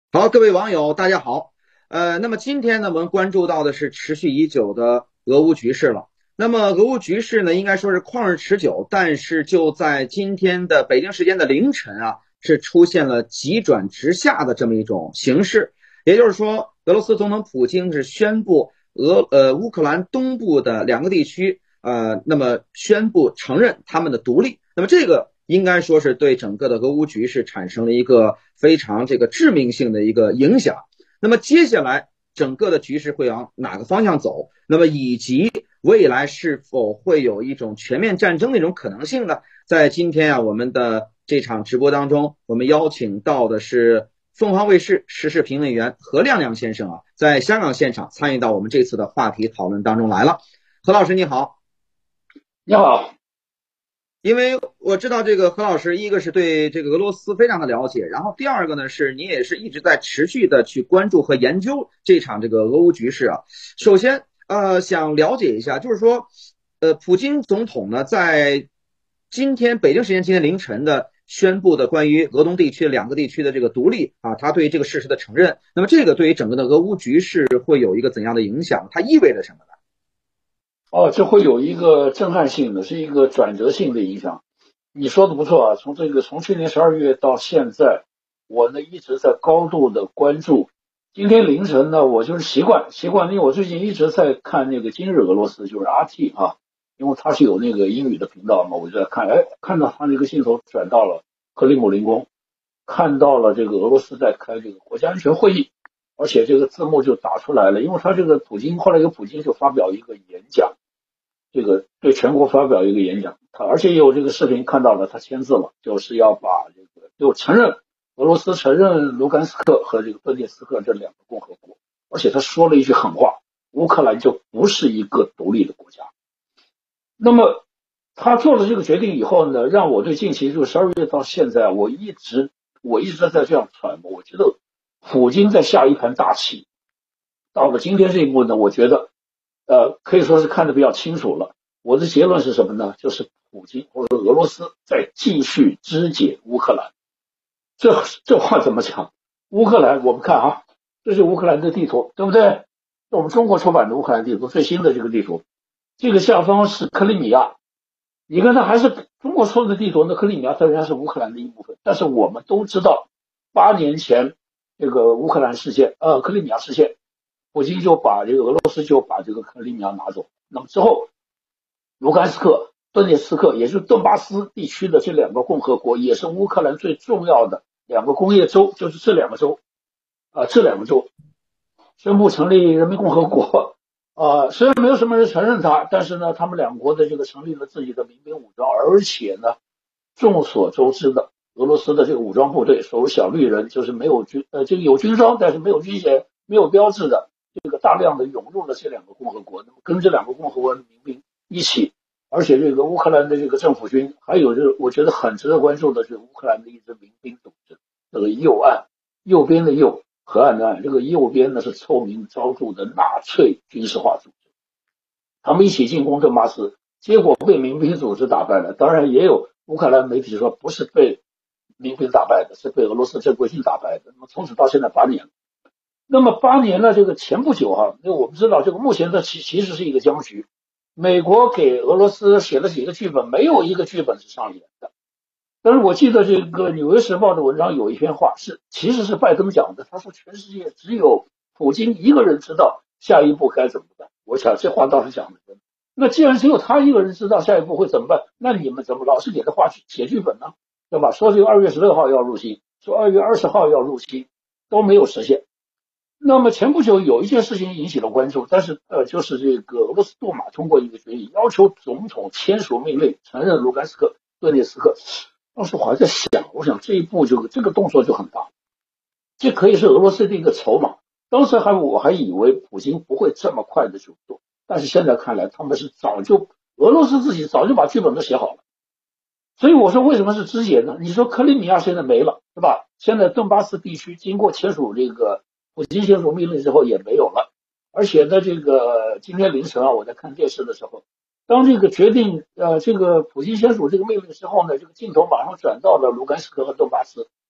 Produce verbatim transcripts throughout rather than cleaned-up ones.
好，各位网友，大家好。呃，那么今天呢，我们关注到的是持续已久的俄乌局势了。那么俄乌局势呢，应该说是旷日持久，但是就在今天的北京时间的凌晨啊，是出现了急转直下的这么一种形势。也就是说，俄罗斯总统普京是宣布俄呃乌克兰东部的两个地区，呃，那么宣布承认他们的独立。那么这个应该说是对整个的俄乌局势产生了一个非常这个致命性的一个影响。那么接下来整个的局势会往哪个方向走？那么以及未来是否会有一种全面战争的一种可能性呢？在今天啊，我们的这场直播当中，我们邀请到的是凤凰卫视时事评论员何亮亮先生啊，在香港现场参与到我们这次的话题讨论当中来了。何老师你好。 你好。 因为我知道这个何老师，一个是对这个俄罗斯非常的了解，然后第二个呢是你也是一直在持续的去关注和研究这场这个俄乌局势啊。首先，呃，想了解一下，就是说，呃，普京总统呢在今天北京时间今天凌晨的宣布的关于俄东地区两个地区的这个独立啊，他对于这个事实的承认，那么这个对于整个的俄乌局势会有一个怎样的影响？它意味着什么呢？ 哦，这会有一个震撼性的，是一个转折性的影响。你说的不错啊，从这个从去年十二月到现在，我呢一直在高度的关注。今天凌晨呢，我就是习惯习惯，因为我最近一直在看那个今日俄罗斯，就是 R T 啊，因为它是有那个英语的频道嘛，我就在看，哎，看到它那个镜头转到了克里姆林宫，看到了这个俄罗斯在开这个国家安全会议。而且这个字幕就打出来了，因为他这个普京后来一个普京就发表一个演讲，这个对全国发表一个演讲，他而且也有这个视频看到了，他签字了，就是要把这个就承认俄罗斯承认卢甘斯克和这个顿涅茨克这两个共和国，而且他说了一句狠话，乌克兰就不是一个独立的国家。那么他做了这个决定以后呢，让我对近期就十二月到现在，我一直我一直在这样揣摩，我觉得普京在下一盘大棋。到了今天这一步呢，我觉得呃可以说是看得比较清楚了。我的结论是什么呢？就是普京或者俄罗斯在继续肢解乌克兰。这这话怎么讲？乌克兰我们看啊，这是乌克兰的地图，对不对？我们中国出版的乌克兰地图，最新的这个地图，这个下方是克里米亚。你看它还是中国出的地图，那克里米亚它仍然是乌克兰的一部分。但是我们都知道，八年前这个乌克兰事件，呃，克里米亚事件，普京就把这个俄罗斯就把这个克里米亚拿走。那么之后，卢甘斯克、顿涅茨克，也就是顿巴斯地区的这两个共和国，也是乌克兰最重要的两个工业州，就是这两个州，啊、呃，这两个州宣布成立人民共和国。呃，虽然没有什么人承认他，但是呢，他们两国的这个成立了自己的民兵武装，而且呢，众所周知的，俄罗斯的这个武装部队，所谓小绿人，就是没有军呃这个有军装，但是没有军衔、没有标志的，这个大量的涌入了这两个共和国，那么跟这两个共和国的民兵一起，而且这个乌克兰的这个政府军，还有这个我觉得很值得关注的是乌克兰的一支民兵组织，这个右岸，右边的右。河岸的岸，这个右边呢是臭名昭著的纳粹军事化组织，他们一起进攻顿巴斯，结果被民兵组织打败了。当然，也有乌克兰媒体说不是被民兵打败的，是被俄罗斯正规军打败的。那么从此到现在八年了。那么八年呢？这个前不久哈、啊，因为我们知道这个目前的其其实是一个僵局。美国给俄罗斯写了几个剧本，没有一个剧本是上演的。但是我记得这个《纽约时报》的文章有一篇话是，其实是拜登讲的。他说，全世界只有普京一个人知道下一步该怎么办。我想这话倒是讲的。那既然只有他一个人知道下一步会怎么办，那你们怎么老是给他画写剧本呢？对吧？说这个二月十六号要入侵，说二月二十号要入侵，都没有实现。那么前不久有一件事情引起了关注，但是呃，就是这个俄罗斯杜马通过一个决议，要求总统签署命令承认卢甘斯克、顿涅茨克。当时我还在想，我想这一步就这个动作就很大，这可以是俄罗斯的一个筹码。当时还我还以为普京不会这么快的去做，但是现在看来他们是早就俄罗斯自己早就把剧本都写好了。所以我说为什么是肢解呢？你说克里米亚现在没了，对吧？现在顿巴斯地区经过签署这个普京签署命令之后也没有了。而且呢，这个今天凌晨啊，我在看电视的时候，当这个决定呃这个普京签署这个命令之后呢，这个镜头马上转到了卢甘斯克和顿巴斯。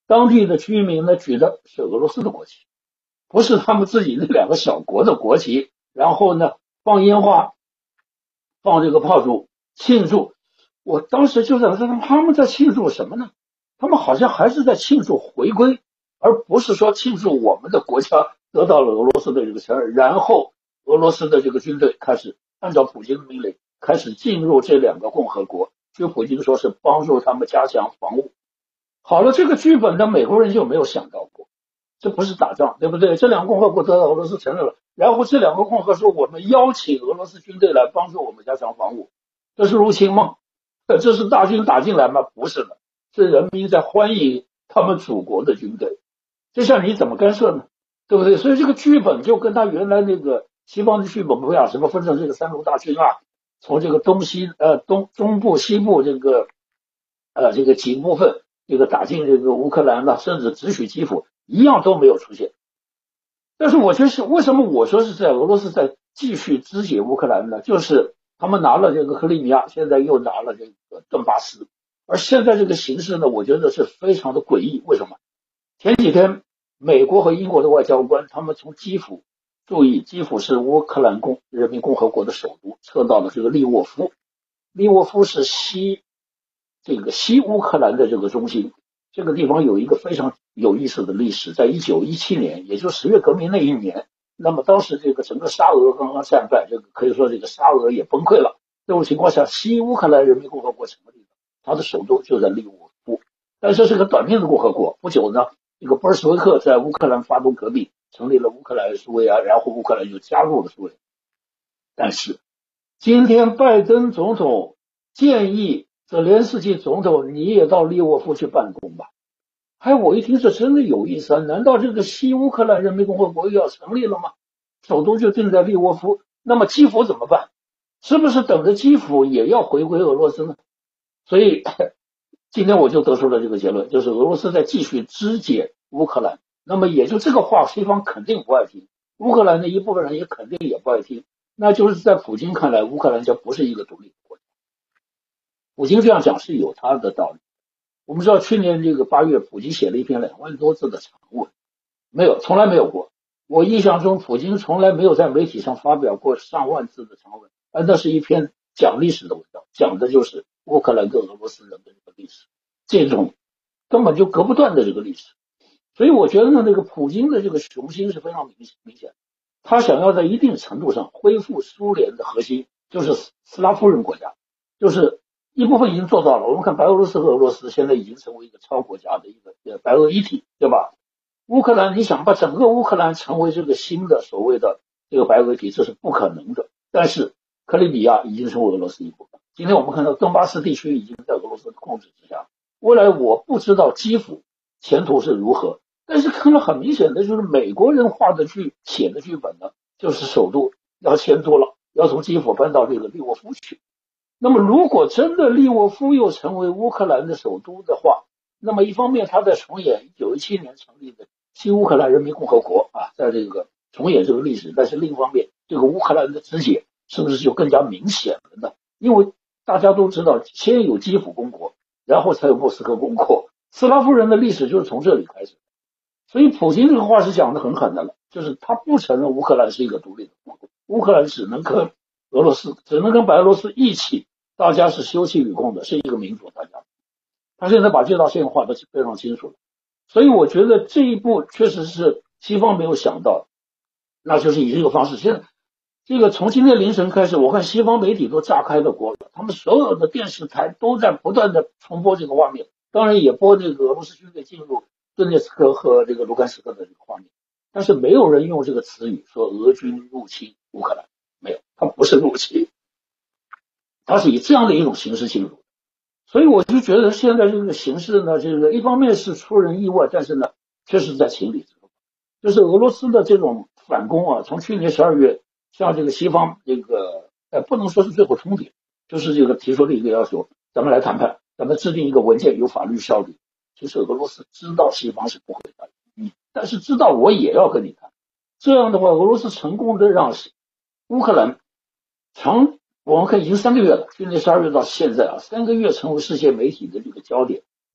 当地的居民呢举的是俄罗斯的国旗，不是他们自己那两个小国的国旗，然后呢放烟花，放这个炮竹庆祝。我当时就在说他们在庆祝什么呢？他们好像还是在庆祝回归，而不是说庆祝我们的国家得到了俄罗斯的这个承认，然后俄罗斯的这个军队开始按照普京的命令开始进入这两个共和国，据普京说是帮助他们加强防务。好了，这个剧本的美国人就没有想到过，这不是打仗，对不对？这两个共和国得到俄罗斯承认了，然后这两个共和国说我们邀请俄罗斯军队来帮助我们加强防务，这是入侵吗？这是大军打进来吗？不是的，是人民在欢迎他们祖国的军队。这下你怎么干涉呢？对不对？所以这个剧本就跟他原来那个西方的剧本不一样，什么分成这个三路大军啊，从这个东西呃东中部西部这个呃这个几部分这个打进这个乌克兰了，甚至直取基辅，一样都没有出现。但是我觉得是为什么我说是在俄罗斯在继续肢解乌克兰呢？就是他们拿了这个克里米亚，现在又拿了这个顿巴斯，而现在这个形势呢，我觉得是非常的诡异。为什么？前几天美国和英国的外交官他们从基辅，注意基辅是乌克兰共人民共和国的首都，撤到了这个利沃夫，利沃夫是西这个西乌克兰的这个中心。这个地方有一个非常有意思的历史，在一九一七年，也就是十月革命那一年，那么当时这个整个沙俄刚刚战败，这个可以说这个沙俄也崩溃了。这种情况下，西乌克兰人民共和国成立了，它的首都就在利沃夫。但是这是个短命的共和国，不久呢，这个波尔什维克在乌克兰发动革命，成立了乌克兰苏维埃，然后乌克兰就加入了苏维埃。但是今天拜登总统建议泽连斯基总统你也到利沃夫去办公吧。哎，我一听这真的有意思啊！难道这个西乌克兰人民共和国又要成立了吗？首都就定在利沃夫，那么基辅怎么办？是不是等着基辅也要回归俄罗斯呢？所以今天我就得出了这个结论，就是俄罗斯在继续肢解乌克兰。那么也就这个话，西方肯定不爱听，乌克兰的一部分人也肯定也不爱听。那就是在普京看来，乌克兰将不是一个独立的国家。普京这样讲是有他的道理。我们知道去年这个八月，普京写了一篇两万多字的长文，没有，从来没有过。我印象中，普京从来没有在媒体上发表过上万字的长文，而那是一篇讲历史的文章，讲的就是乌克兰跟俄罗斯人的这个历史，这种根本就隔不断的这个历史。所以我觉得呢，那个普京的这个雄心是非常明明显，他想要在一定程度上恢复苏联的核心，就是斯拉夫人国家，就是一部分已经做到了。我们看白俄罗斯和俄罗斯现在已经成为一个超国家的一个白俄一体，对吧？乌克兰，你想把整个乌克兰成为这个新的所谓的这个白俄一体，这是不可能的。但是克里米亚已经成为俄罗斯一部分。今天我们看到顿巴斯地区已经在俄罗斯的控制之下。未来我不知道基辅前途是如何，但是看到很明显的就是美国人画的剧写的剧本呢，就是首都要迁都了，要从基辅搬到这个利沃夫去。那么如果真的利沃夫又成为乌克兰的首都的话，那么一方面他在重演一九一七年成立的新乌克兰人民共和国啊，在这个重演这个历史，但是另一方面这个乌克兰的肢解是不是就更加明显了呢？因为大家都知道先有基辅公国，然后才有莫斯科公国，斯拉夫人的历史就是从这里开始。所以普京这个话是讲得很狠的了，就是他不承认乌克兰是一个独立的国家，乌克兰只能跟俄罗斯只能跟白俄罗斯一起，大家是休戚与共的，是一个民主大家。他现在把这道线画得非常清楚了，所以我觉得这一步确实是西方没有想到，那就是以这个方式。现在这个从今天凌晨开始，我看西方媒体都炸开了锅了，他们所有的电视台都在不断的重播这个画面，当然也播这个俄罗斯军队进入顿涅茨克和这个卢甘斯克的这个画面，但是没有人用这个词语说俄军入侵乌克兰，没有，它不是入侵，它是以这样的一种形式进入。所以我就觉得现在这个形势呢，这个一方面是出人意外，但是呢，确实在情理之中。就是俄罗斯的这种反攻啊，从去年十二月，像这个西方这个，呃，不能说是最后通牒，就是这个提出的一个要求，咱们来谈判，咱们制定一个文件，有法律效力。其实俄罗斯知道西方是不会答应你，但是知道我也要跟你谈。这样的话，俄罗斯成功的让乌克兰长。我们看已经三个月了，去年十二月到现在啊，三个月成为世界媒体的这个焦点。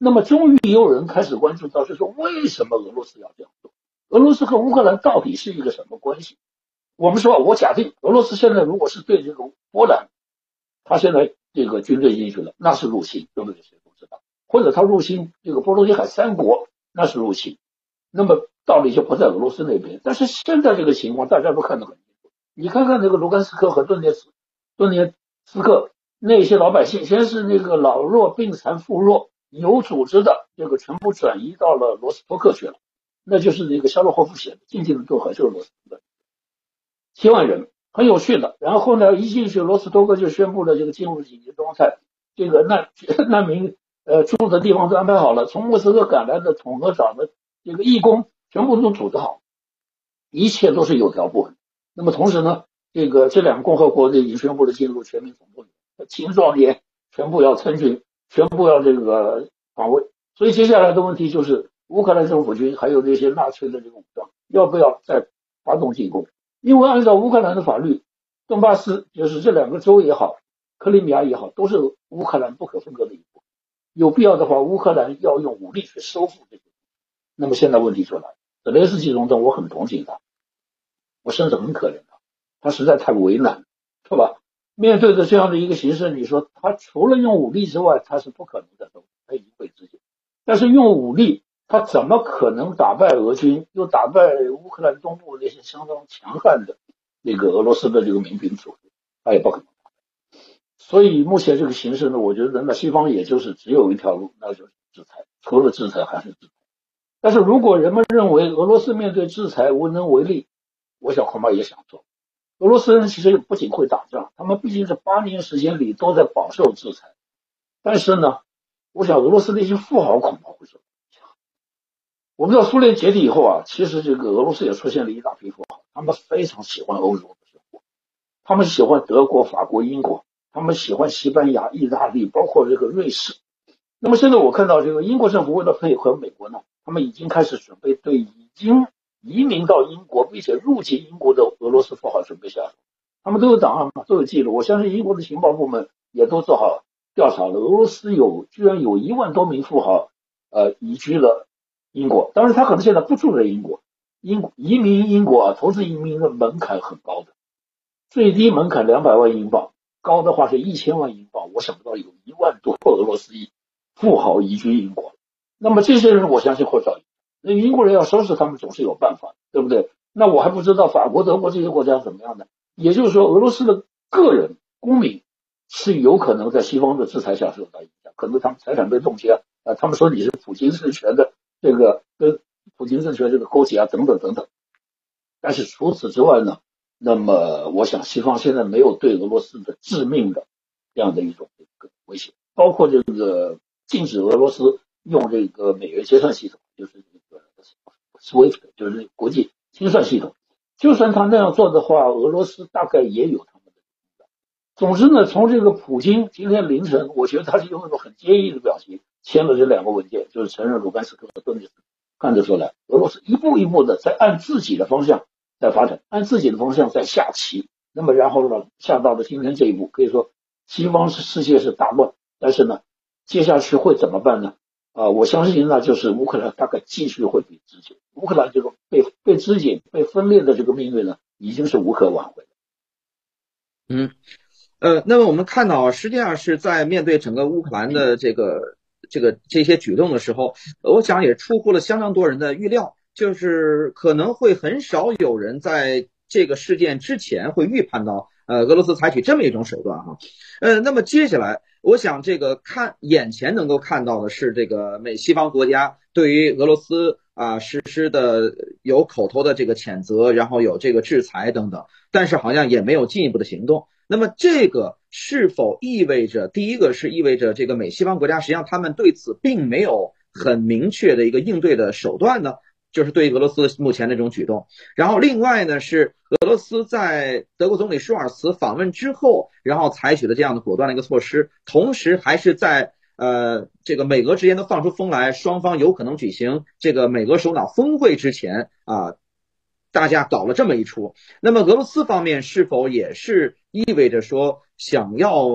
那么终于也有人开始关注到，是说为什么俄罗斯要这样做？俄罗斯和乌克兰到底是一个什么关系？我们说，我假定俄罗斯现在如果是对这个波兰，他现在这个军队进去了，那是入侵，对不对？谁都知道。或者他入侵这个波罗的海三国，那是入侵。那么道理就不在俄罗斯那边。但是现在这个情况大家都看得很清楚。你看看这个卢甘斯克和顿涅茨顿涅茨克那些老百姓，先是那个老弱病残妇弱，有组织的这个全部转移到了罗斯托克去了，那就是那个肖洛霍夫写的《静静的渡河》，就是罗斯托克，七万人，很有趣的。然后呢，一进去罗斯托克就宣布了这个进入紧急状态，这个难难民呃住的地方都安排好了，从莫斯科赶来的统合长的这个义工全部都组织好，一切都是有条不紊。那么同时呢，这个这两个共和国已经宣布了进入全民总动员，青壮年全部要参军，全部要这个防卫。所以接下来的问题就是，乌克兰政府军还有那些纳粹的这个武装要不要再发动进攻？因为按照乌克兰的法律，顿巴斯就是这两个州也好，克里米亚也好，都是乌克兰不可分割的一部分。有必要的话，乌克兰要用武力去收复这个。那么现在问题就来了，泽连斯基总统我很同情他，我甚至很可怜他，他实在太为难，是吧？面对着这样的一个形势，你说他除了用武力之外，他是不可能的，他已经被支解。但是用武力，他怎么可能打败俄军，又打败乌克兰东部那些相当强悍的那个俄罗斯的这个民兵组织，他也不可能。所以目前这个形势呢，我觉得那西方也就是只有一条路，那就是制裁，除了制裁还是制裁。但是如果人们认为俄罗斯面对制裁无能为力，我想恐怕也想错。俄罗斯人其实不仅会打仗，他们毕竟是八年时间里都在饱受制裁。但是呢，我想俄罗斯那些富豪恐怕会受影响。我们知道苏联解体以后啊，其实这个俄罗斯也出现了一大批富豪，他们非常喜欢欧洲的生活，他们喜欢德国、法国、英国，他们喜欢西班牙、意大利，包括这个瑞士。那么现在我看到这个英国政府为了配合美国呢，他们已经开始准备对已经移民到英国并且入籍英国的俄罗斯富豪准备下手。他们都有档案嘛，都有记录。我相信英国的情报部门也都做好调查了。俄罗斯有居然有一万多名富豪呃移居了英国，当然他可能现在不住在英国。英移民英国啊，投资移民的门槛很高的，最低门槛两百万英镑，高的话是一千万英镑。我想不到有一万多俄罗斯裔富豪移居英国。那么这些人我相信会遭遇，那英国人要收拾他们总是有办法，对不对？那我还不知道法国、德国这些国家怎么样呢？也就是说，俄罗斯的个人公民是有可能在西方的制裁下受到影响，可能他们财产被冻结啊，他们说你是普京政权的这个跟普京政权这个勾结啊，等等等等。但是除此之外呢，那么我想西方现在没有对俄罗斯的致命的这样的一种威胁，包括这个禁止俄罗斯用这个美元结算系统，就是这个 SWIFT， 就是国际清算系统。就算他那样做的话，俄罗斯大概也有他们的。总之呢，从这个普京今天凌晨，我觉得他是用一种很坚毅的表情签了这两个文件，就是承认卢甘斯克和顿涅茨克，看得出来，俄罗斯一步一步的在按自己的方向在发展，按自己的方向在下棋。那么然后呢，下到了今天这一步，可以说西方世界是大乱，但是呢，接下去会怎么办呢？啊、呃，我相信呢，就是乌克兰大概继续会被肢解，乌克兰这种被被肢解、被分裂的这个命运呢，已经是无可挽回了。 嗯，呃，那么我们看到，实际上是在面对整个乌克兰的这个这个这些举动的时候，我想也出乎了相当多人的预料，就是可能会很少有人在这个事件之前会预判到，呃，俄罗斯采取这么一种手段哈。呃，那么接下来，我想这个看眼前能够看到的是，这个美西方国家对于俄罗斯啊实施的有口头的这个谴责，然后有这个制裁等等，但是好像也没有进一步的行动。那么这个是否意味着，第一个是意味着这个美西方国家实际上他们对此并没有很明确的一个应对的手段呢？就是对俄罗斯目前的这种举动。然后另外呢，是俄罗斯在德国总理舒尔茨访问之后，然后采取的这样的果断的一个措施，同时还是在呃这个美俄之间都放出风来，双方有可能举行这个美俄首脑峰会之前啊，大家搞了这么一出。那么俄罗斯方面是否也是意味着说想要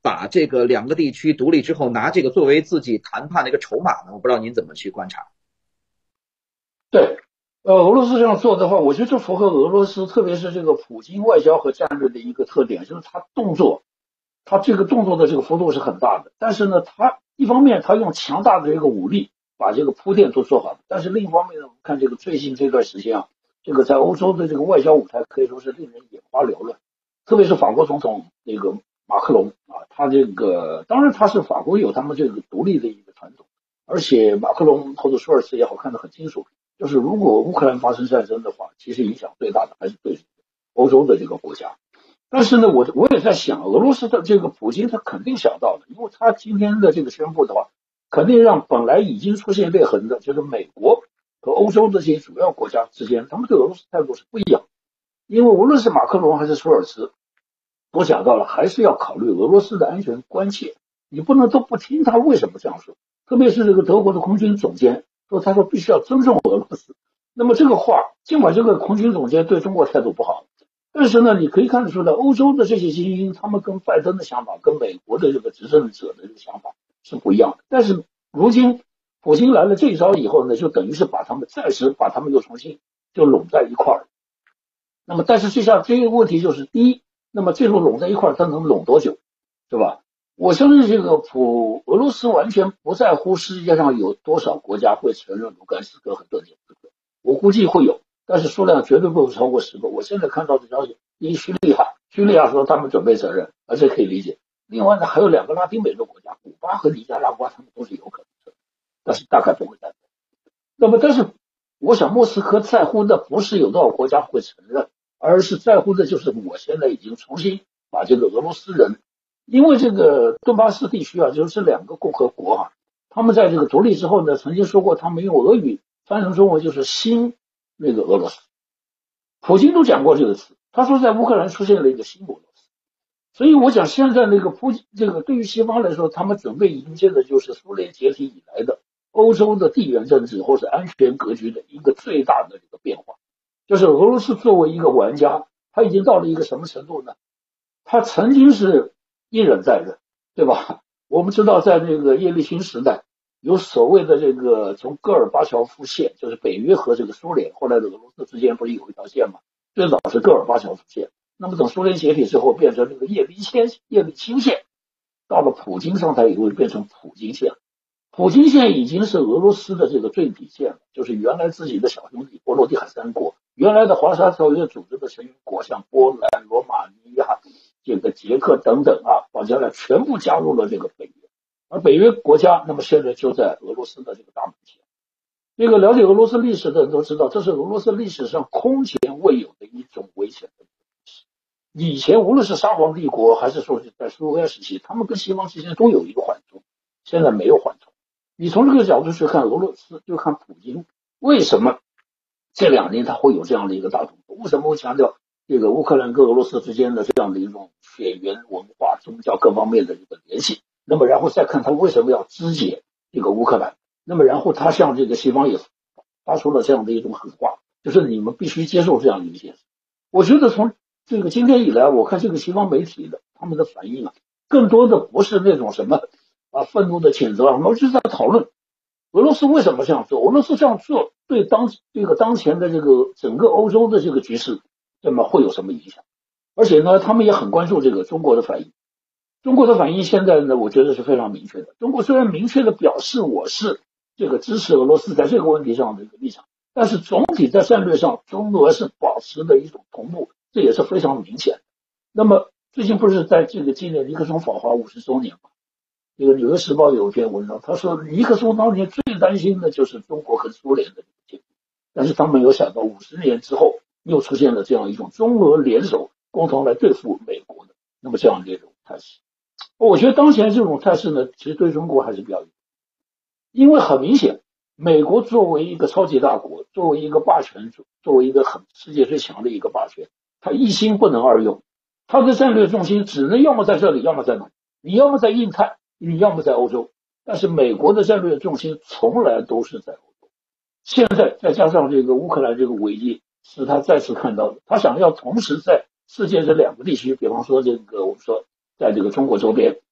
把这个两个地区独立之后，拿这个作为自己谈判的一个筹码呢？我不知道您怎么去观察。 对，呃，俄罗斯这样做的话，我觉得这符合俄罗斯，特别是这个普京外交和战略的一个特点，就是他动作，他这个动作的这个幅度是很大的。但是呢，他一方面他用强大的这个武力把这个铺垫都做好了，但是另一方面呢，我们看这个最近这段时间啊，这个在欧洲的这个外交舞台可以说是令人眼花缭乱，特别是法国总统那个马克龙啊，他这个当然他是法国有他们这个独立的一个传统，而且马克龙或者舒尔茨也好看得很清楚。就是如果乌克兰发生战争的话，其实影响最大的还是对欧洲的这个国家。但是呢，我我也在想，俄罗斯的这个普京他肯定想到的，因为他今天的这个宣布的话，肯定让本来已经出现裂痕的，就是美国和欧洲的这些主要国家之间，他们对俄罗斯态度是不一样。因为无论是马克龙还是舒尔茨，我讲到了，还是要考虑俄罗斯的安全关切，你不能都不听他为什么这样说。特别是这个德国的空军总监说，他说必须要尊重俄罗斯。那么这个话，尽管这个空军总监对中国态度不好，但是呢，你可以看得出来，欧洲的这些精英，他们跟拜登的想法，跟美国的这个执政者的这个想法是不一样的。但是如今普京来了这一招以后呢，就等于是把他们暂时把他们又重新就拢在一块儿。那么，但是这下这个问题就是，第一，那么这个拢在一块儿，它能拢多久，对吧？我相信这个普俄罗斯完全不在乎世界上有多少国家会承认卢甘斯克和顿涅茨克，我估计会有，但是数量绝对不会超过十个。我现在看到的消息，第一，叙利亚，叙利亚说他们准备承认，而这可以理解。另外呢，还有两个拉丁美洲国家，古巴和尼加拉瓜，他们都是有可能承认，但是大概不会担保。那么，但是我想莫斯科在乎的不是有多少国家会承认，而是在乎的就是我现在已经重新把这个俄罗斯人。因为这个顿巴斯地区啊，就是两个共和国啊，他们在这个独立之后呢，曾经说过他们用俄语翻成中文就是新那个俄罗斯。普京都讲过这个词，他说在乌克兰出现了一个新俄罗斯。所以我想现在那个普这个对于西方来说，他们准备迎接的就是苏联解体以来的欧洲的地缘政治或是安全格局的一个最大的这个变化。就是俄罗斯作为一个玩家，他已经到了一个什么程度呢？他曾经是一忍再忍，对吧？我们知道在那个叶利钦时代，有所谓的这个从戈尔巴乔夫线，就是北约和这个苏联，后来的俄罗斯之间不是有一条线吗？最早是戈尔巴乔夫线，那么等苏联解体之后，变成这个叶利钦叶利钦线，到了普京上台以后，变成普京线。普京线已经是俄罗斯的这个最底线了，就是原来自己的小兄弟波罗的海三国，原来的华沙条约组织的成员国，像波兰、罗马尼亚、这个捷克等等啊，保加利亚全部加入了这个北约，而北约国家，那么现在就在俄罗斯的这个大门前。这个了解俄罗斯历史的人都知道，这是俄罗斯历史上空前未有的一种危险的历史。以前无论是沙皇帝国，还是说是在苏维埃时期，他们跟西方之间都有一个缓冲，现在没有缓冲。你从这个角度去看俄罗斯，就看普京为什么这两年他会有这样的一个大动作，为什么会强调这个乌克兰跟俄罗斯之间的这样的一种血缘文化、宗教各方面的这个联系，那么然后再看他为什么要肢解这个乌克兰，那么然后他向这个西方也发出了这样的一种狠话，就是你们必须接受这样一个现实。我觉得从这个今天以来，我看这个西方媒体的他们的反应啊，更多的不是那种什么啊愤怒的谴责啊，而是在讨论俄罗斯为什么这样做？俄罗斯这样做对当这个当前的这个整个欧洲的这个局势，那么会有什么影响？而且呢，他们也很关注这个中国的反应。中国的反应现在呢，我觉得是非常明确的。中国虽然明确的表示我是这个支持俄罗斯在这个问题上的一个立场，但是总体在战略上，中俄是保持的一种同步，这也是非常明显的。那么最近不是在这个纪念尼克松访华五十周年吗？这个《纽约时报》有一篇文章，他说尼克松当年最担心的就是中国和苏联的结果，但是他没有想到五十年之后又出现了这样一种中俄联手共同来对付美国的那么这样的一种态势。我觉得当前这种态势呢，其实对中国还是比较有，因为很明显，美国作为一个超级大国，作为一个霸权，作为一个很世界最强的一个霸权，它一心不能二用，它的战略重心只能要么在这里，要么在哪里，你要么在印太，你要么在欧洲，但是美国的战略重心从来都是在欧洲。现在再加上这个乌克兰这个危机，是他再次看到的，他想要同时在世界这两个地区，比方说这个我们说在这个中国周边，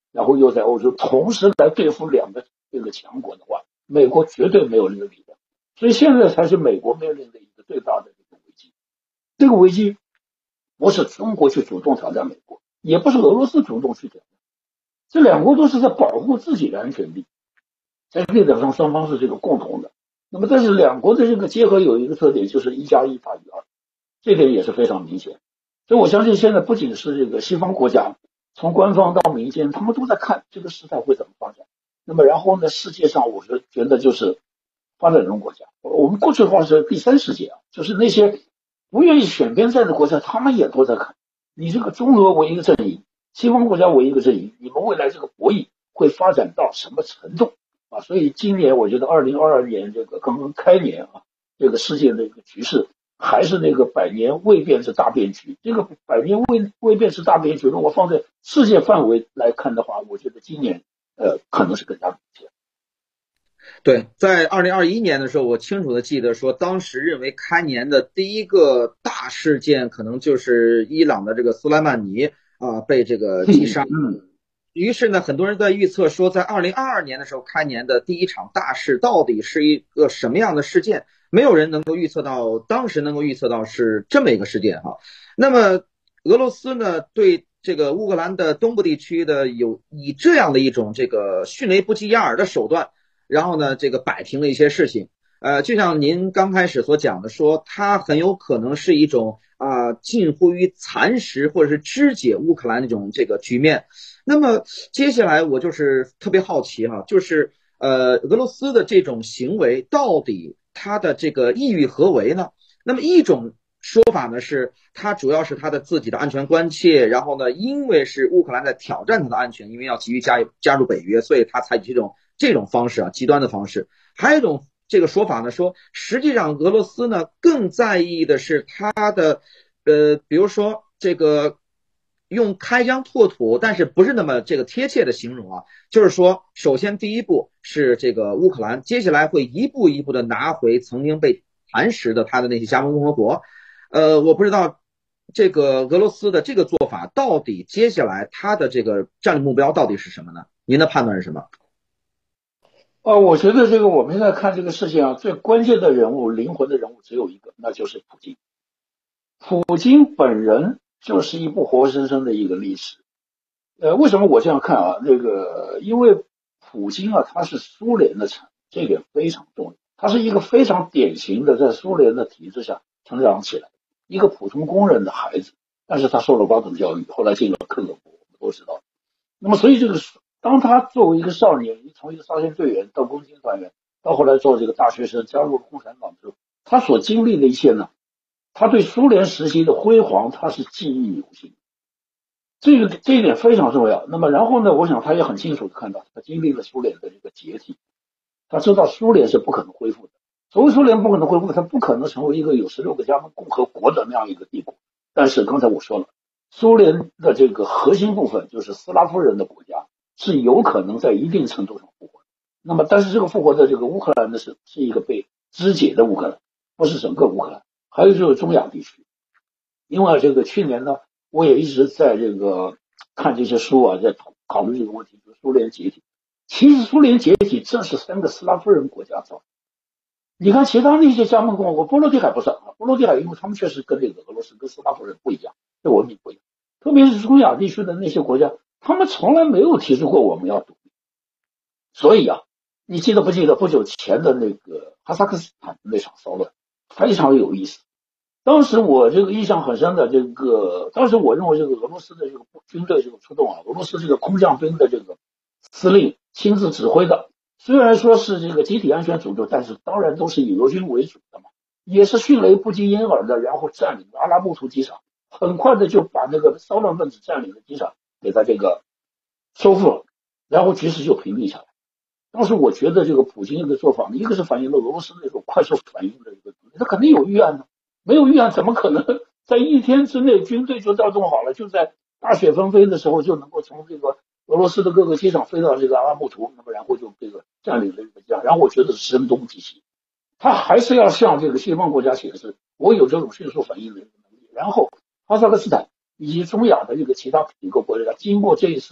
然后又在欧洲同时来对付两个这个强国的话，美国绝对没有这个力量。所以现在才是美国面临的一个最大的这个危机。这个危机不是中国去主动挑战美国，也不是俄罗斯主动去挑战，这两国都是在保护自己的安全利益，在这点上双方是这个共同的。那么但是两国的这个结合有一个特点，就是一加一大于二，这点也是非常明显。所以我相信现在不仅是这个西方国家，从官方到民间，他们都在看这个时代会怎么发展。那么然后呢，世界上我是觉得就是发展中国家，我们过去的话是第三世界啊，就是那些不愿意选边站的国家，他们也都在看你这个中俄为一个阵营，西方国家为一个阵营，你们未来这个博弈会发展到什么程度啊？所以今年我觉得二零二二年这个刚刚开年啊，这个世界的一个局势还是那个百年未变之大变局。这个百年未未变之大变局，如果放在世界范围来看的话，我觉得今年呃可能是更加明显。 对，在二零二一年的时候，我清楚的记得说，当时认为开年的第一个大事件可能就是伊朗的这个苏莱曼尼啊、呃、被这个击杀。 嗯， 于是呢，很多人在预测说，在二零二二年的时候开年的第一场大事到底是一个什么样的事件？没有人能够预测到，当时能够预测到是这么一个事件哈。那么俄罗斯呢，对这个乌克兰的东部地区的有以这样的一种这个迅雷不及掩耳的手段。然后呢，这个摆平了一些事情，呃，就像您刚开始所讲的说，它很有可能是一种啊、呃、近乎于蚕食或者是肢解乌克兰那种这个局面。那么接下来我就是特别好奇哈，就是呃俄罗斯的这种行为到底它的这个意欲何为呢？那么一种说法呢是，它主要是它的自己的安全关切，然后呢，因为是乌克兰在挑战它的安全，因为要急于加加入北约，所以它采取这种。这种方式啊，极端的方式。还有一种这个说法呢，说实际上俄罗斯呢更在意的是它的，呃，比如说这个用开疆拓土，但是不是那么这个贴切的形容啊，就是说，首先第一步是这个乌克兰，接下来会一步一步的拿回曾经被蚕食的它的那些加盟共和国。呃，我不知道这个俄罗斯的这个做法到底接下来它的这个战略目标到底是什么呢？您的判断是什么？ 呃，我觉得这个我们现在看这个事情啊，最关键的人物、灵魂的人物只有一个，那就是普京。普京本人就是一部活生生的一个历史。呃，为什么我这样看啊？那个，因为普京啊，他是苏联的产物，这点非常重要。他是一个非常典型的在苏联的体制下成长起来，一个普通工人的孩子，但是他受了高等教育，后来进了克格勃，我们都知道。那么，所以这个当他作为一个少年，从一个少先队员到工青团员，到后来做这个大学生，加入了共产党之后，他所经历的一切呢，他对苏联时期的辉煌，他是记忆犹新。这个这一点非常重要。那么，然后呢，我想他也很清楚的看到，他经历了苏联的这个解体，他知道苏联是不可能恢复的。所谓苏联不可能恢复，它不可能成为一个有十六个加盟共和国的那样一个帝国。但是刚才我说了，苏联的这个核心部分就是斯拉夫人的国家是有可能在一定程度上复活的。那么，但是这个复活的这个乌克兰呢，是是一个被肢解的乌克兰，不是整个乌克兰。还有就是中亚地区，因为这个去年呢，我也一直在这个看这些书啊，在考虑这个问题，就是苏联解体。其实苏联解体正是三个斯拉夫人国家造成。你看其他那些加盟共和国，波罗的海不算啊，波罗的海因为他们确实跟这个俄罗斯跟斯拉夫人不一样，这文明不一样。特别是中亚地区的那些国家，他们从来没有提出过我们要独立。所以啊，你记得不记得不久前的那个哈萨克斯坦那场骚乱，非常有意思。当时我这个印象很深的这个，当时我认为这个俄罗斯的这个军队这个出动啊，俄罗斯这个空降兵的这个司令亲自指挥的，虽然说是这个集体安全组织，但是当然都是以俄军为主的嘛，也是迅雷不及掩耳的，然后占领阿拉木图机场，很快的就把那个骚乱分子占领的机场给他这个收复了，然后局势就平定下来。当时我觉得这个普京的做法，一个是反映了俄罗斯那种快速反应的一个，他肯定有预案的。没有预案，怎么可能在一天之内军队就调动好了，就在大雪纷飞的时候就能够从这个俄罗斯的各个机场飞到这个阿拉木图，那么然后就这个占领了这个家。然后我觉得是声东击西，他还是要向这个西方国家显示我有这种迅速反应的能力。然后哈萨克斯坦以及中亚的这个其他几个国家，经过这一次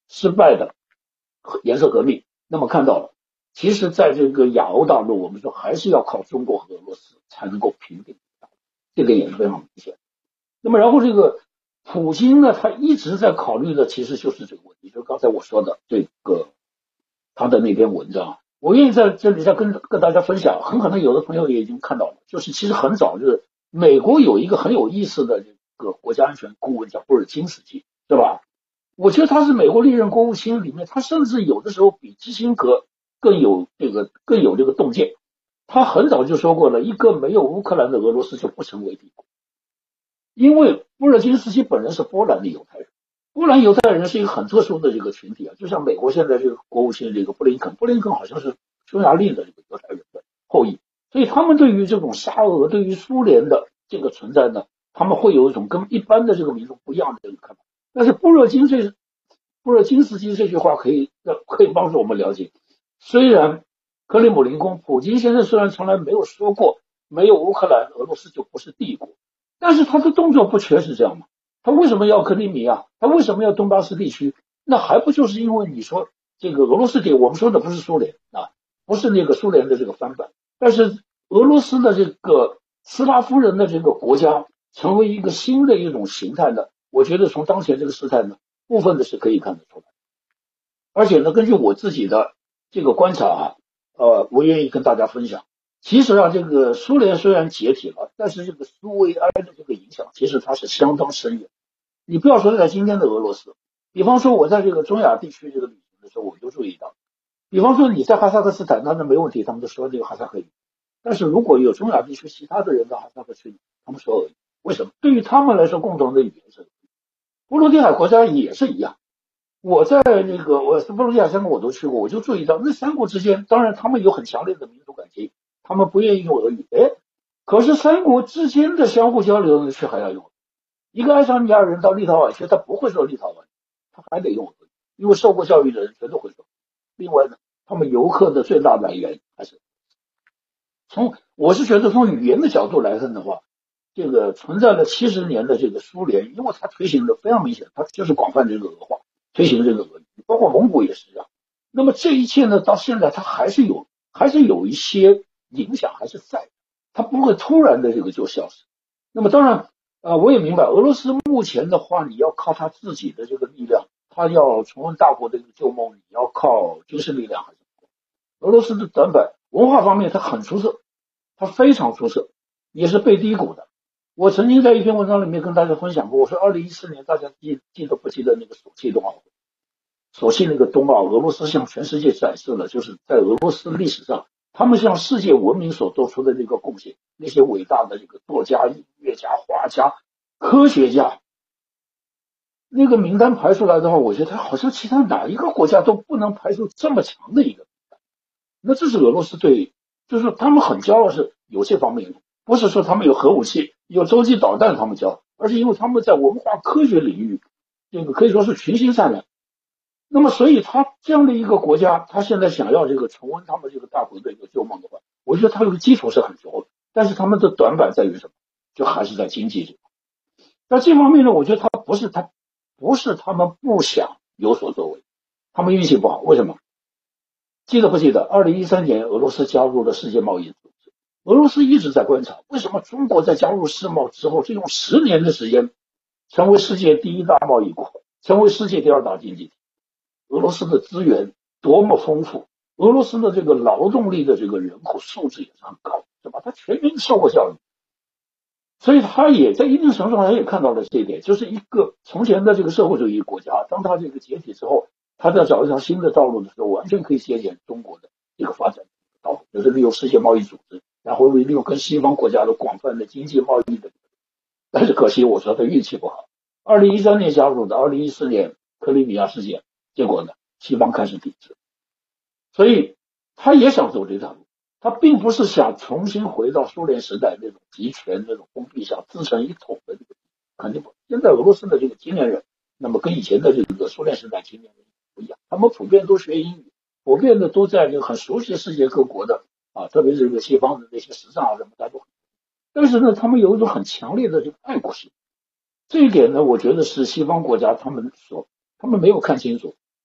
失败的颜色革命，那么看到了，其实在这个亚欧大陆，我们说还是要靠中国和俄罗斯才能够平定，这点也是非常明显。那么然后这个普京呢，他一直在考虑的其实就是这个问题，就刚才我说的这个他的那篇文章，我愿意在这里再跟跟大家分享，很可能有的朋友也已经看到了，就是其实很早就是美国有一个很有意思的这个国家安全顾问叫布尔津斯基，对吧？我觉得他是美国历任国务卿里面，他甚至有的时候比基辛格更有这个更有这个洞见。他很早就说过了，一个没有乌克兰的俄罗斯就不成为帝国。因为布尔津斯基本人是波兰的犹太人，波兰犹太人是一个很特殊的这个群体啊，就像美国现在这个国务卿这个布林肯，布林肯好像是匈牙利的这个犹太人的后裔，所以他们对于这种沙俄、对于苏联的这个存在呢，他们会有一种跟一般的这个民族不一样的这个看法。但是布尔津这布尔津斯基这句话可以可以帮助我们了解，虽然克里姆林宫普京先生虽然从来没有说过没有乌克兰俄罗斯就不是帝国，但是他的动作不全是这样吗？他为什么要克里米亚？他为什么要东巴斯地区？那还不就是因为你说这个俄罗斯帝国，我们说的不是苏联啊，不是那个苏联的这个翻版，但是俄罗斯的这个斯拉夫人的这个国家成为一个新的一种形态呢？我觉得从当前这个事态呢，部分的是可以看得出来，而且呢，根据我自己的这个观察啊，呃，我愿意跟大家分享。其实啊，这个苏联虽然解体了，但是这个苏维埃的这个影响，其实它是相当深远。你不要说在今天的俄罗斯，比方说我在这个中亚地区这个旅行的时候，我就注意到，比方说你在哈萨克斯坦，那那没问题，他们都说这个哈萨克语。但是如果有中亚地区其他的人到哈萨克去，他们说俄语，为什么？对于他们来说，共同的语言是波罗的海国家也是一样。我在那个我波罗的海三国我都去过，我就注意到那三国之间，当然他们有很强烈的民族感情，他们不愿意用俄语，哎，可是三国之间的相互交流却还要用。一个爱沙尼亚人到立陶宛去，他不会说立陶宛，他还得用俄语，因为受过教育的人全都会说。另外呢，他们游客的最大来源还是从我是觉得从语言的角度来看的话，这个存在了七十年的这个苏联，因为它推行的非常明显，它就是广泛这个俄化，推行这个俄语，包括蒙古也是这样。那么这一切呢，到现在它还是有，还是有一些影响还是在，它不会突然的这个就消失。那么当然，呃，我也明白俄罗斯目前的话，你要靠它自己的这个力量，它要重温大国的一个旧梦，你要靠军事力量还是不够。俄罗斯的短板，文化方面它很出色，它非常出色，也是被低估的。我曾经在一篇文章里面跟大家分享过，我说二零一四年大家记记得不记得那个索契冬奥会？索契那个冬奥，俄罗斯向全世界展示了，就是在俄罗斯历史上，他们向世界文明所做出的这个贡献，那些伟大的这个作家、音乐家、画家、科学家，那个名单排出来的话，我觉得好像其他哪一个国家都不能排出这么强的一个名单。那这是俄罗斯对，就是他们很骄傲是有这方面的，不是说他们有核武器、有洲际导弹他们骄傲，而是因为他们在文化科学领域，这个可以说是群星闪亮。那么，所以他这样的一个国家，他现在想要这个重温他们这个大国的一个旧梦的话，我觉得他这个基础是很足的，但是他们的短板在于什么？就还是在经济这块。那这方面呢，我觉得他不是他不是他们不想有所作为，他们运气不好。为什么？记得不记得二零一三年俄罗斯加入了世界贸易组织？俄罗斯一直在观察，为什么中国在加入世贸之后，就用十年的时间成为世界第一大贸易国，成为世界第二大经济体。俄罗斯的资源多么丰富，俄罗斯的这个劳动力的这个人口素质也是很高，是吧？他全民受过教育，所以他也在一定程度上也看到了这一点，就是一个从前的这个社会主义国家，当他这个解体之后，他在找一条新的道路的时候，完全可以借鉴中国的这个发展道路，就是利用世界贸易组织，然后利用跟西方国家的广泛的经济贸易的。但是可惜我说他运气不好，二零一三年加入的，二零一四年克里米亚事件，结果呢，西方开始抵制，所以他也想走这条路，他并不是想重新回到苏联时代那种集权、那种封闭下自成一统的这个，肯定不。现在俄罗斯的这个青年人，那么跟以前的这个苏联时代青年人不一样，他们普遍都学英语，普遍的都在这个很熟悉世界各国的啊，特别是这个西方的那些时尚啊什么，他都很。但是呢，他们有一种很强烈的这个爱国心，这一点呢，我觉得是西方国家他们所他们没有看清楚。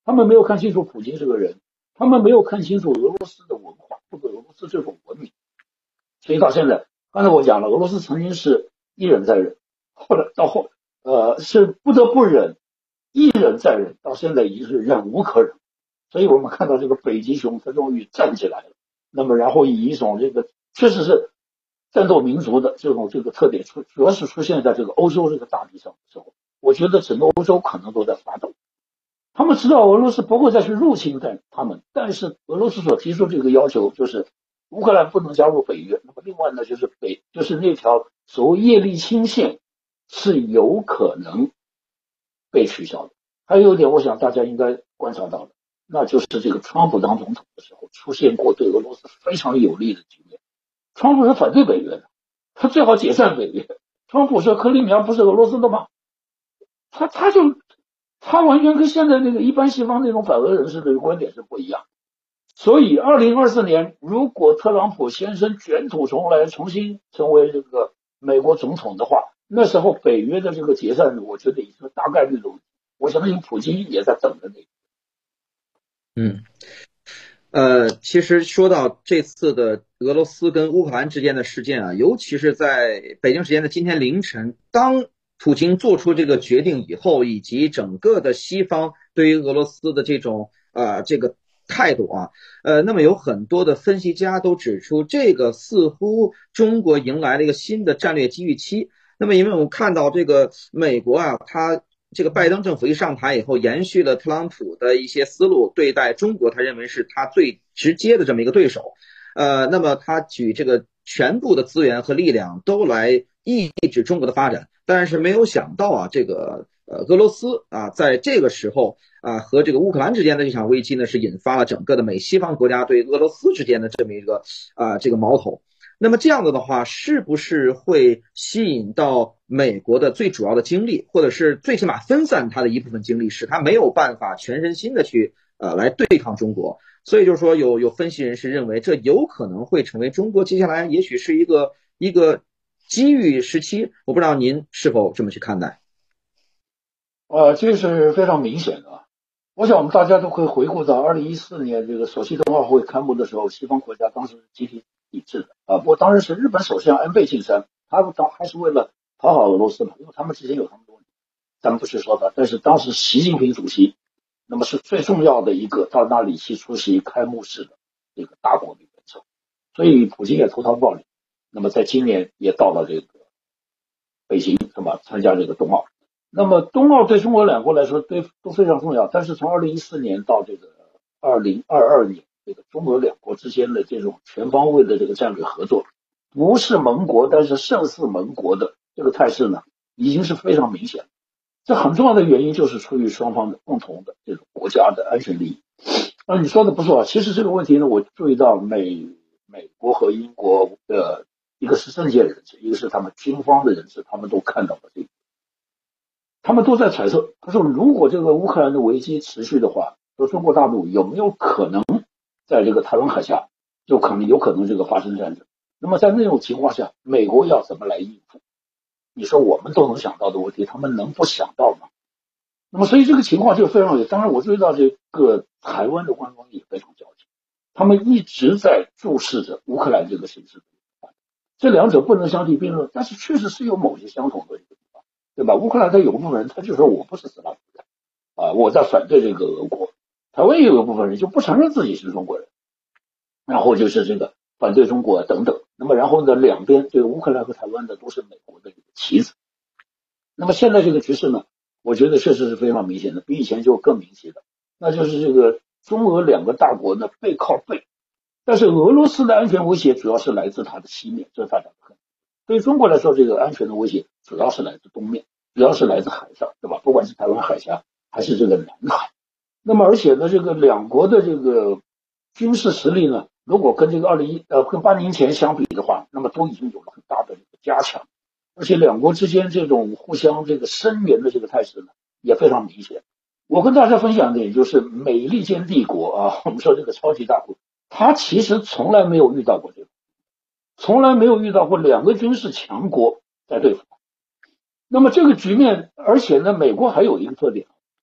他们没有看清楚普京这个人，他们没有看清楚俄罗斯的文化或者俄罗斯这种文明。所以到现在，刚才我讲了，俄罗斯曾经是一忍再忍，后来到后呃是不得不忍，一忍再忍，到现在已经是忍无可忍。所以我们看到这个北极熊它终于站起来了，那么然后以一种这个确实是战斗民族的这种这个特点出，主要是出现在这个欧洲这个大地上的时候，我觉得整个欧洲可能都在发抖。他们知道俄罗斯不会再去入侵他们，但是俄罗斯所提出这个要求就是乌克兰不能加入北约，那么另外呢就是北就是那条所谓叶利钦线是有可能被取消的。还有一点我想大家应该观察到的，那就是这个川普当总统的时候出现过对俄罗斯非常有利的局面。川普是反对北约的，他最好解散北约。川普说克里米亚不是俄罗斯的吗？他他就他完全跟现在那个一般西方那种反俄人士的观点是不一样。所以二零二四年如果特朗普先生卷土重来，重新成为这个美国总统的话，那时候北约的这个解散我觉得已经大概率的问题。我相信普京也在等着那个。 嗯，呃，其实说到这次的俄罗斯跟乌克兰之间的事件啊，尤其是在北京时间的今天凌晨，当普京做出这个决定以后，以及整个的西方对于俄罗斯的这种呃这个态度啊，呃，那么有很多的分析家都指出，这个似乎中国迎来了一个新的战略机遇期。那么因为我们看到这个美国啊，它这个拜登政府一上台以后，延续了特朗普的一些思路，对待中国，他认为是他最直接的这么一个对手。呃，那么他举这个全部的资源和力量都来抑制中国的发展，但是没有想到啊，这个呃俄罗斯啊，在这个时候啊和这个乌克兰之间的这场危机呢，是引发了整个的美西方国家对俄罗斯之间的这么一个啊这个矛头。那么这样子的话，是不是会吸引到美国的最主要的精力，或者是最起码分散它的一部分精力，使它没有办法全身心的去呃来对抗中国？所以就是说有，有有分析人士认为，这有可能会成为中国接下来也许是一个一个机遇时期。我不知道您是否这么去看待？ 呃，这是非常明显的。我想我们大家都可以回顾到二零一四年这个索契冬奥会开幕的时候，西方国家当时集体抵制的啊。不过当时是日本首相安倍晋三，他当还是为了讨好俄罗斯嘛，因为他们之间有他们的问题，咱们不去说他。但是当时习近平主席，那么是最重要的一个到那里去出席开幕式的这个大国的元首，所以普京也投桃报李。那么在今年也到了这个北京，是吧？参加这个冬奥。那么冬奥对中国两国来说对都非常重要，但是从二零一四年到这个二零二二年，这个中俄两国之间的这种全方位的这个战略合作，不是盟国但是胜似盟国的这个态势呢，已经是非常明显。这很重要的原因就是出于双方的共同的这种国家的安全利益。啊，你说的不错，其实这个问题呢，我注意到美美国和英国的一个是政界人士，一个是他们军方的人士，他们都看到了这个。他们都在猜测，他说如果这个乌克兰的危机持续的话，说中国大陆有没有可能在这个台湾海峡就可能有可能这个发生战争。那么在那种情况下，美国要怎么来应付？你说我们都能想到的问题，他们能不想到吗？那么所以这个情况就非常有，当然我注意到这个台湾的官方也非常焦急，他们一直在注视着乌克兰这个形势，这两者不能相提并论，但是确实是有某些相同的一个地方，对吧？乌克兰他有部分人他就说我不是斯拉夫人啊，我在反对这个俄国。台湾也有一部分人就不承认自己是中国人，然后就是这个反对中国等等。那么然后呢，两边这个乌克兰和台湾的都是美国的这个棋子。那么现在这个局势呢，我觉得确实是非常明显的，比以前就更明显的，那就是这个中俄两个大国呢背靠背，但是俄罗斯的安全威胁主要是来自它的西面，这是大家看。对于中国来说，这个安全的威胁主要是来自东面，主要是来自海上，对吧？不管是台湾海峡还是这个南海。那么而且呢，这个两国的这个军事实力呢，如果跟这个二零一呃跟八年前相比的话，那么都已经有了很大的这个加强，而且两国之间这种互相这个声援的这个态势呢，也非常明显。我跟大家分享的也就是美利坚帝国啊，我们说这个超级大国，它其实从来没有遇到过这个，从来没有遇到过两个军事强国在对付。那么这个局面，而且呢，美国还有一个特点，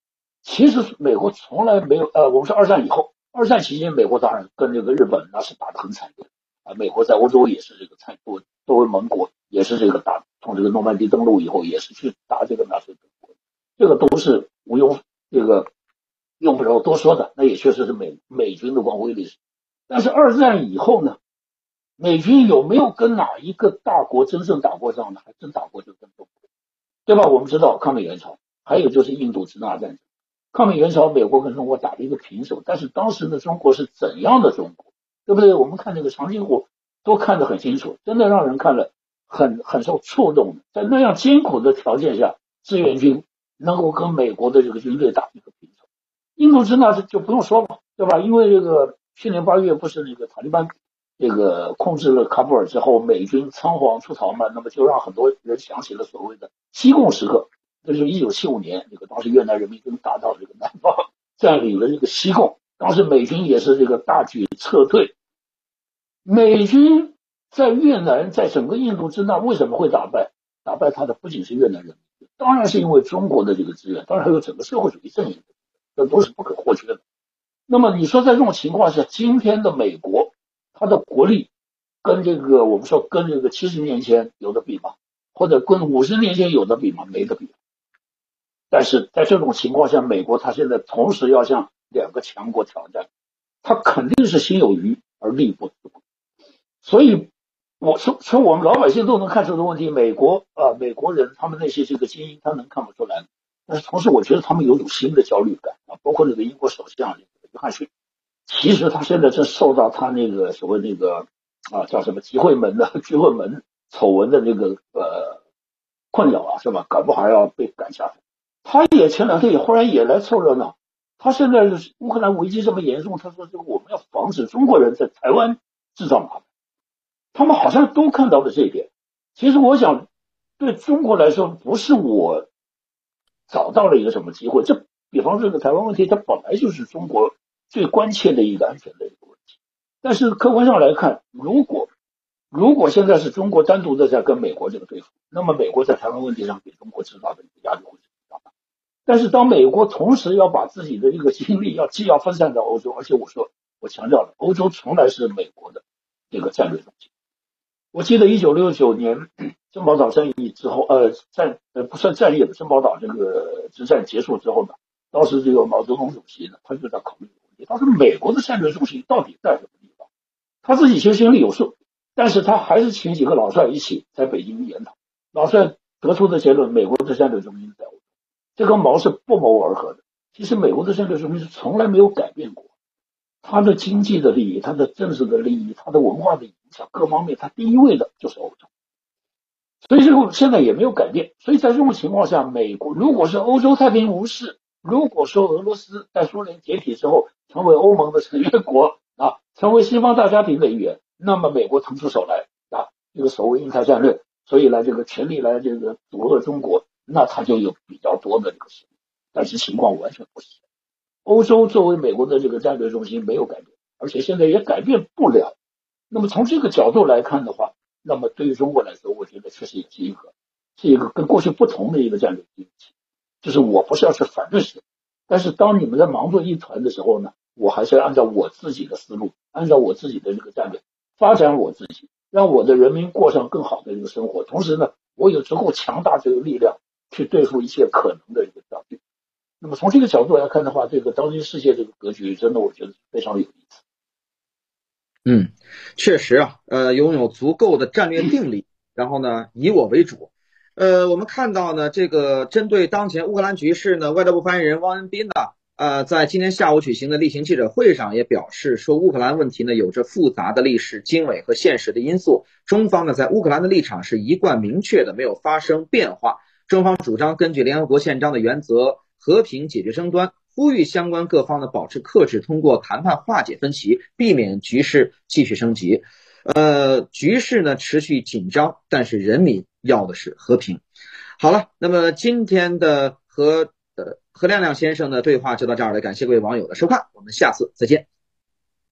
其实美国从来没有，呃，我们是二战以后，二战期间美国当然跟这个日本那是打得很惨烈啊，美国在欧洲也是这个参作作为盟国也是这个打从这个诺曼底登陆以后也是去打这个纳粹德国，这个都是毋庸这个用不着多说的，那也确实是美美军的光辉历史。但是二战以后呢，美军有没有跟哪一个大国真正打过仗呢？还真打过，就跟中国，对吧？我们知道抗美援朝，还有就是印度支那战争。抗美援朝，美国跟中国打了一个平手，但是当时的中国是怎样的中国，对不对？我们看这个长津湖都看得很清楚，真的让人看了很很受触动的。在那样艰苦的条件下，志愿军能够跟美国的这个军队打一个平手。印度支那就不用说了，对吧？因为这个去年八月不是那个塔利班这个控制了喀布尔之后，美军仓皇出逃嘛，那么就让很多人想起了所谓的西贡时刻。这就是一九七五年，这个当时越南人民军打到这个南方，占领了这个西贡，当时美军也是这个大举撤退。美军在越南，在整个印度支那为什么会打败？打败他的不仅是越南人民，当然是因为中国的这个支援，当然还有整个社会主义阵营，这都是不可或缺的。那么你说在这种情况下，今天的美国，它的国力跟这个我们说跟这个七十年前有的比吗？或者跟五十年前有的比吗？没得比。但是在这种情况下，美国它现在同时要向两个强国挑战，它肯定是心有余而力不足。所以我说从我们老百姓都能看出的问题，美国啊、呃，美国人他们那些这个精英他能看不出来，但是同时我觉得他们有种新的焦虑感啊，包括那个英国首相约翰逊，其实他现在正受到他那个所谓那个啊叫什么集会门的聚会门丑闻的这个呃困扰啊，是吧？搞不好还要被赶下台。他也前两天也忽然也来凑热闹，他现在乌克兰危机这么严重，他说这个我们要防止中国人在台湾制造麻烦，他们好像都看到了这一点。其实我想对中国来说，不是我找到了一个什么机会，这比方这个台湾问题，它本来就是中国最关切的一个安全的一个问题。但是客观上来看，如果如果现在是中国单独的在跟美国这个对付，那么美国在台湾问题上给中国制造的压力会是比较大。但是当美国同时要把自己的一个精力要既要分散到欧洲，而且我说我强调了，欧洲从来是美国的这个战略中心。我记得一九六九年珍宝岛战役之后，呃，战呃不算战役了，珍宝岛这个之战结束之后呢，当时这个毛泽东主席呢，他就在考虑这个问题，他说美国的战略中心到底在什么地方？他自己其实心里有数，但是他还是请几个老帅一起在北京研讨。老帅得出的结论，美国的战略中心在欧洲。这跟毛是不谋而合的。其实美国的战略中心是从来没有改变过，它的经济的利益、它的政治的利益、它的文化的影响各方面，它第一位的就是欧洲。所以这个现在也没有改变。所以在这种情况下，美国如果是欧洲太平无事，如果说俄罗斯在苏联解体之后成为欧盟的成员国啊，成为西方大家庭的一员，那么美国腾出手来啊，这个所谓印太战略，所以来这个全力来这个阻遏中国，那它就有比较多的这个实力。但是情况完全不是。欧洲作为美国的这个战略中心没有改变，而且现在也改变不了。那么从这个角度来看的话，那么对于中国来说，我觉得确实也是一个是一个跟过去不同的一个战略机器。就是我不是要去反对谁，但是当你们在忙作一团的时候呢，我还是要按照我自己的思路，按照我自己的这个战略发展我自己，让我的人民过上更好的这个生活。同时呢，我有足够强大这个力量去对付一切可能的一个挑战。那么从这个角度来看的话，这个当今世界这个格局真的我觉得非常有意思。 嗯，确实啊，呃，拥有足够的战略定力，然后呢，以我为主。呃，我们看到呢，这个针对当前乌克兰局势呢，外交部发言人汪文斌呢，呃，在今天下午举行的例行记者会上也表示说，乌克兰问题呢有着复杂的历史经纬和现实的因素，中方呢在乌克兰的立场是一贯明确的，没有发生变化。中方主张根据联合国宪章的原则，和平解决争端，呼吁相关各方呢保持克制，通过谈判化解分歧，避免局势继续升级。呃，局势呢持续紧张，但是人民要的是和平。好了，那么今天的和呃何亮亮先生的对话就到这儿了，感谢各位网友的收看，我们下次再见。